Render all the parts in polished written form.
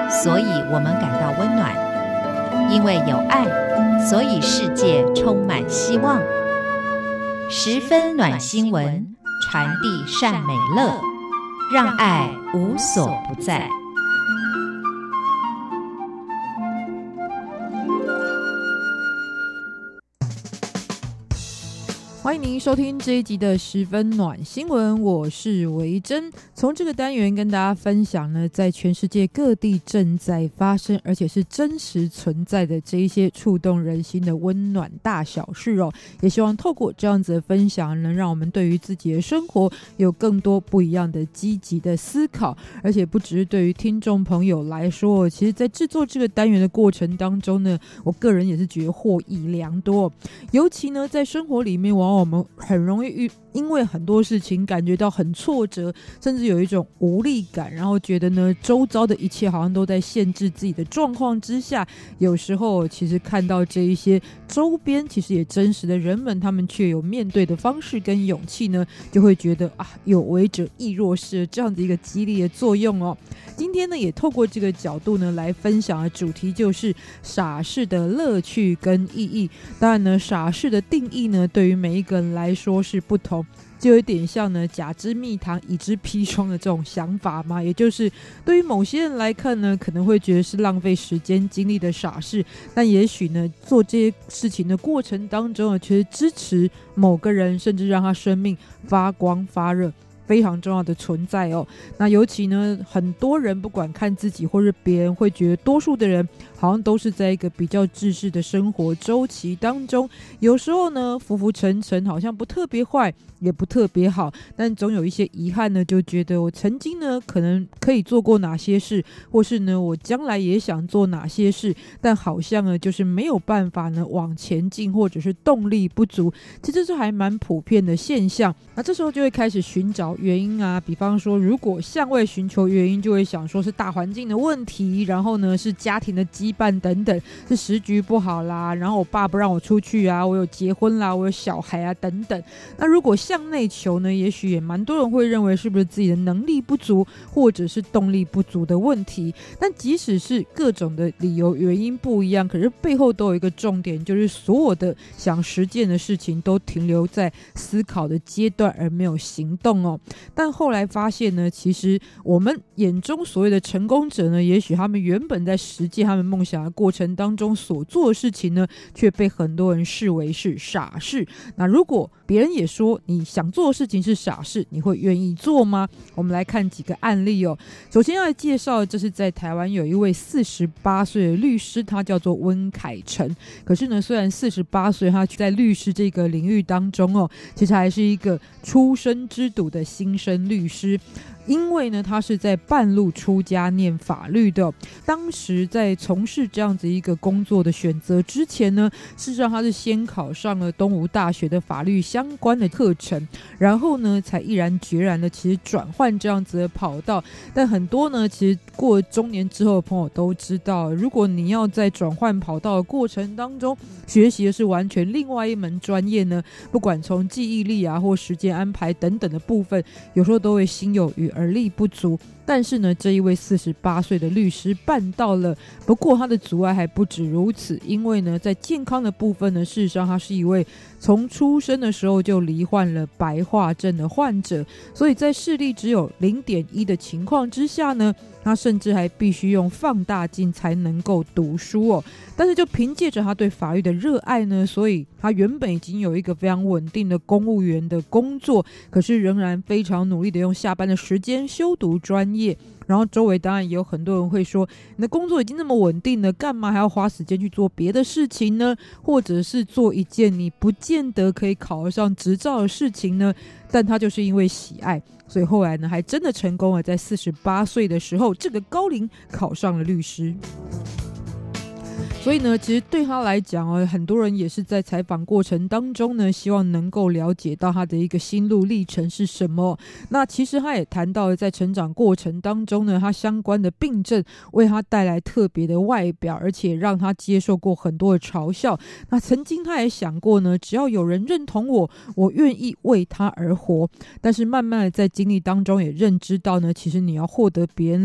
所以我们感到温暖；因为有爱，所以世界充满希望。十分暖新闻，传递善美乐，让爱无所不在。 欢迎您收听这一集的十分暖新闻，我是维珍。从这个单元跟大家分享呢，在全世界各地正在发生，而且是真实存在的这一些触动人心的温暖大小事哦。也希望透过这样子的分享，能让我们对于自己的生活有更多不一样的积极的思考，而且不只是对于听众朋友来说，其实在制作这个单元的过程当中呢，我个人也是觉得获益良多。尤其呢，在生活里面往往我们很容易因为很多事情感觉到很挫折，甚至有一种无力感，然后觉得呢周遭的一切好像都在限制自己的状况之下，有时候其实看到这一些周边其实也真实的人们，他们却有面对的方式跟勇气呢，就会觉得有为者亦若是这样的一个激励的作用哦。今天呢也透过这个角度呢来分享的主题就是傻事的乐趣跟意义。当然呢，傻事的定义呢对于每一个人来说是不同，就有点像呢甲之蜜糖乙之砒霜的这种想法嘛，也就是对于某些人来看呢，可能会觉得是浪费时间精力的傻事，但也许呢做这些事情的过程当中呢，其实支持某个人，甚至让他生命发光发热，非常重要的存在哦。那尤其呢，很多人不管看自己或是别人，会觉得多数的人好像都是在一个比较制式的生活周期当中，有时候呢浮浮沉沉，好像不特别坏也不特别好，但总有一些遗憾呢，就觉得我曾经呢可能可以做过哪些事，或是呢我将来也想做哪些事，但好像呢就是没有办法呢往前进，或者是动力不足。其实这是还蛮普遍的现象。那这时候就会开始寻找原因啊，比方说如果向外寻求原因，就会想说是大环境的问题，然后呢是家庭的羁绊等等，是时局不好啦，然后我爸不让我出去啊，我有结婚啦，我有小孩啊等等。那如果向内求呢，也许也蛮多人会认为是不是自己的能力不足，或者是动力不足的问题。但即使是各种的理由原因不一样，可是背后都有一个重点，就是所有的想实践的事情都停留在思考的阶段，而没有行动哦。但后来发现呢，其实我们眼中所谓的成功者呢，也许他们原本在实践他们梦想的过程当中所做的事情呢，却被很多人视为是傻事。那如果别人也说你想做的事情是傻事，你会愿意做吗？我们来看几个案例哦。首先要介绍的，这是在台湾有一位48岁的律师，他叫做温凯成。可是呢，虽然48岁，他在律师这个领域当中哦，其实还是一个初生之犊的新生律师。因为呢，他是在半路出家念法律的。当时在从事这样子一个工作的选择之前呢，事实上他是先考上了东吴大学的法律相关的课程，然后呢才毅然决然的其实转换这样子的跑道。但很多呢其实过中年之后的朋友都知道，如果你要在转换跑道的过程当中学习的是完全另外一门专业呢，不管从记忆力啊或时间安排等等的部分，有时候都会心有余而力不足。但是呢，这一位48岁的律师办到了。不过他的阻碍还不止如此，因为呢，在健康的部分呢，事实上他是一位从出生的时候就罹患了白化症的患者，所以在视力只有 0.1 的情况之下呢，他甚至还必须用放大镜才能够读书哦。但是就凭借着他对法律的热爱呢，所以他原本已经有一个非常稳定的公务员的工作，可是仍然非常努力的用下班的时间修读专业。然后周围当然也有很多人会说，你的工作已经那么稳定了，干嘛还要花时间去做别的事情呢？或者是做一件你不见得可以考得上执照的事情呢？但他就是因为喜爱，所以后来呢还真的成功了，在48岁的时候这个高龄考上了律师。所以呢，其实对他来讲很多人也是在采访过程当中呢，希望能够了解到他的一个心路历程是什么。那其实他也谈到了在成长过程当中呢，他相关的病症为他带来特别的外表，而且让他接受过很多的嘲笑。那曾经他也想过呢，只要有人认同我，我愿意为他而活。但是慢慢的在经历当中也认知到呢，其实你要获得别人的爱，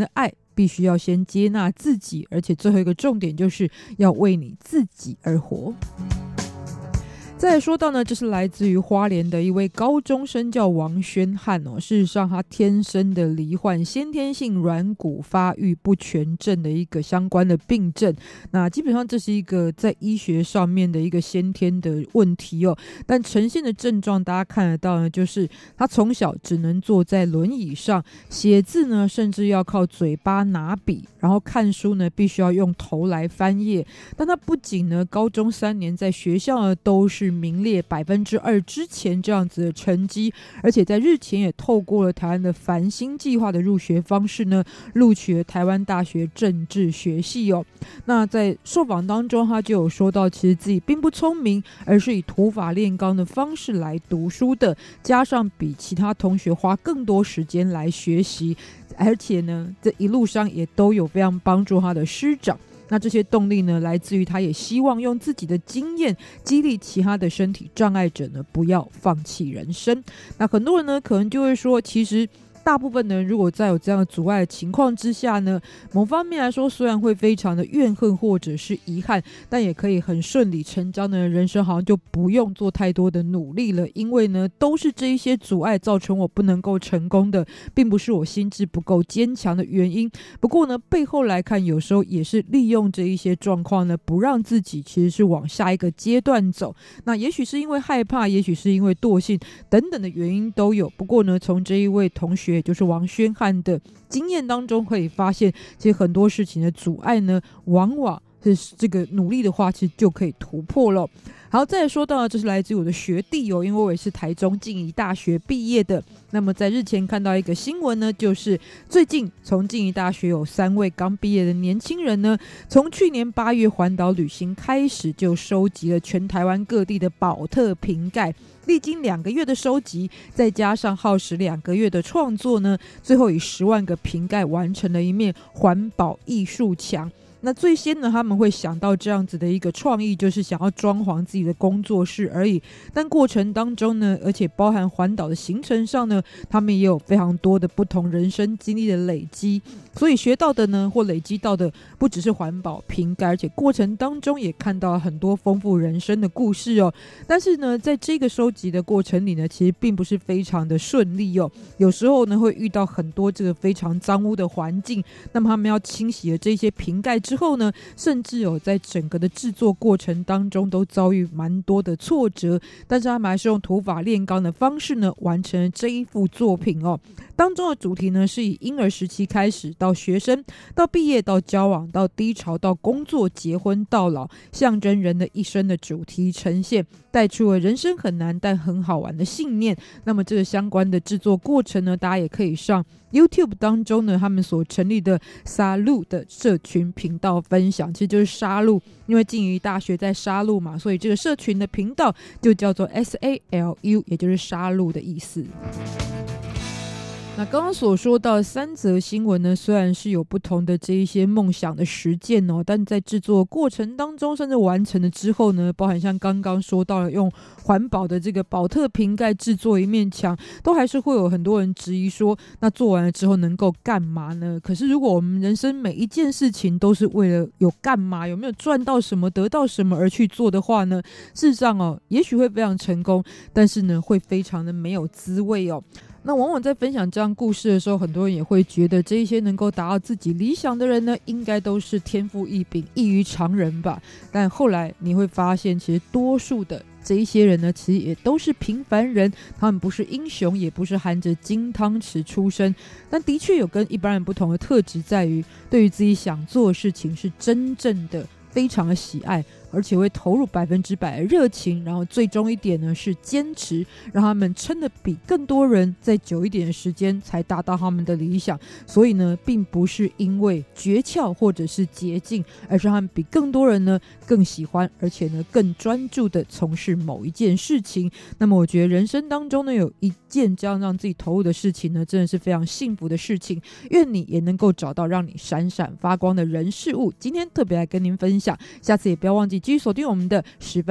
必须要先接纳自己，而且最后一个重点就是要为你自己而活。再来说到呢，这是来自于花莲的一位高中生，叫王宣翰事实上他天生的罹患先天性软骨发育不全症的一个相关的病症。那基本上这是一个在医学上面的一个先天的问题但呈现的症状大家看得到呢，就是他从小只能坐在轮椅上，写字呢甚至要靠嘴巴拿笔，然后看书呢必须要用头来翻页。但他不仅呢高中3年在学校呢都是名列2%之前这样子的成绩，而且在日前也透过了台湾的繁星计划的入学方式呢，录取了台湾大学政治学系那在受访当中他就有说到，其实自己并不聪明，而是以土法炼钢的方式来读书的，加上比其他同学花更多时间来学习，而且呢这一路上也都有非常帮助他的师长。那这些动力呢，来自于他也希望用自己的经验激励其他的身体障碍者呢，不要放弃人生。那很多人呢，可能就会说，其实大部分人如果在有这样的阻碍的情况之下呢，某方面来说虽然会非常的怨恨或者是遗憾，但也可以很顺理成章的人生好像就不用做太多的努力了，因为呢都是这一些阻碍造成我不能够成功的，并不是我心智不够坚强的原因。不过呢背后来看，有时候也是利用这一些状况呢，不让自己其实是往下一个阶段走。那也许是因为害怕，也许是因为惰性等等的原因都有。不过呢从这一位同学也就是王宣翰的经验当中可以发现，其实很多事情的阻碍呢，往往是这个努力的话其实就可以突破了。好，再来说到这是来自于我的学弟因为我也是台中静宜大学毕业的。那么在日前看到一个新闻呢，就是最近从静宜大学有3位刚毕业的年轻人呢，从去年8月环岛旅行开始，就收集了全台湾各地的宝特瓶盖，历经2个月的收集，再加上耗时2个月的创作呢，最后以10万个瓶盖完成了一面环保艺术墙。那最先呢，他们会想到这样子的一个创意，就是想要装潢自己的工作室而已。但过程当中呢，而且包含环岛的行程上呢，他们也有非常多的不同人生经历的累积，所以学到的呢，或累积到的不只是环保瓶盖，而且过程当中也看到了很多丰富人生的故事但是呢，在这个收集的过程里呢，其实并不是非常的顺利有时候呢，会遇到很多这个非常脏污的环境，那么他们要清洗了这些瓶盖之后呢，甚至有在整个的制作过程当中都遭遇蛮多的挫折，但是他们还是用土法炼钢的方式呢，完成了这一幅作品当中的主题呢，是以婴儿时期开始，到学生，到毕业，到交往，到低潮，到工作，结婚，到老，象征人的一生的主题呈现，带出了人生很难但很好玩的信念。那么这个相关的制作过程呢，大家也可以上 YouTube 当中呢，他们所成立的沙鹿的社群频道分享，其实就是沙鹿，因为静宜大学在沙鹿嘛，所以这个社群的频道就叫做 SALU， 也就是沙鹿的意思。那刚刚所说到的3则新闻呢，虽然是有不同的这一些梦想的实践但在制作过程当中，甚至完成了之后呢，包含像刚刚说到了用环保的这个宝特瓶盖制作一面墙，都还是会有很多人质疑说，那做完了之后能够干嘛呢？可是如果我们人生每一件事情都是为了有干嘛，有没有赚到什么，得到什么而去做的话呢，事实上也许会非常成功，但是呢会非常的没有滋味那往往在分享这样故事的时候，很多人也会觉得这一些能够达到自己理想的人呢，应该都是天赋异禀，异于常人吧。但后来你会发现，其实多数的这一些人呢，其实也都是平凡人，他们不是英雄，也不是含着金汤匙出生，但的确有跟一般人不同的特质，在于对于自己想做的事情是真正的非常的喜爱，而且会投入100%的热情，然后最终一点呢是坚持，让他们撑得比更多人再久一点的时间才达到他们的理想。所以呢并不是因为诀窍或者是捷径，而是他们比更多人呢更喜欢，而且呢更专注的从事某一件事情。那么我觉得人生当中呢有一件这样让自己投入的事情呢，真的是非常幸福的事情。愿你也能够找到让你闪闪发光的人事物。今天特别来跟您分享，下次也不要忘记继续锁定我们的10分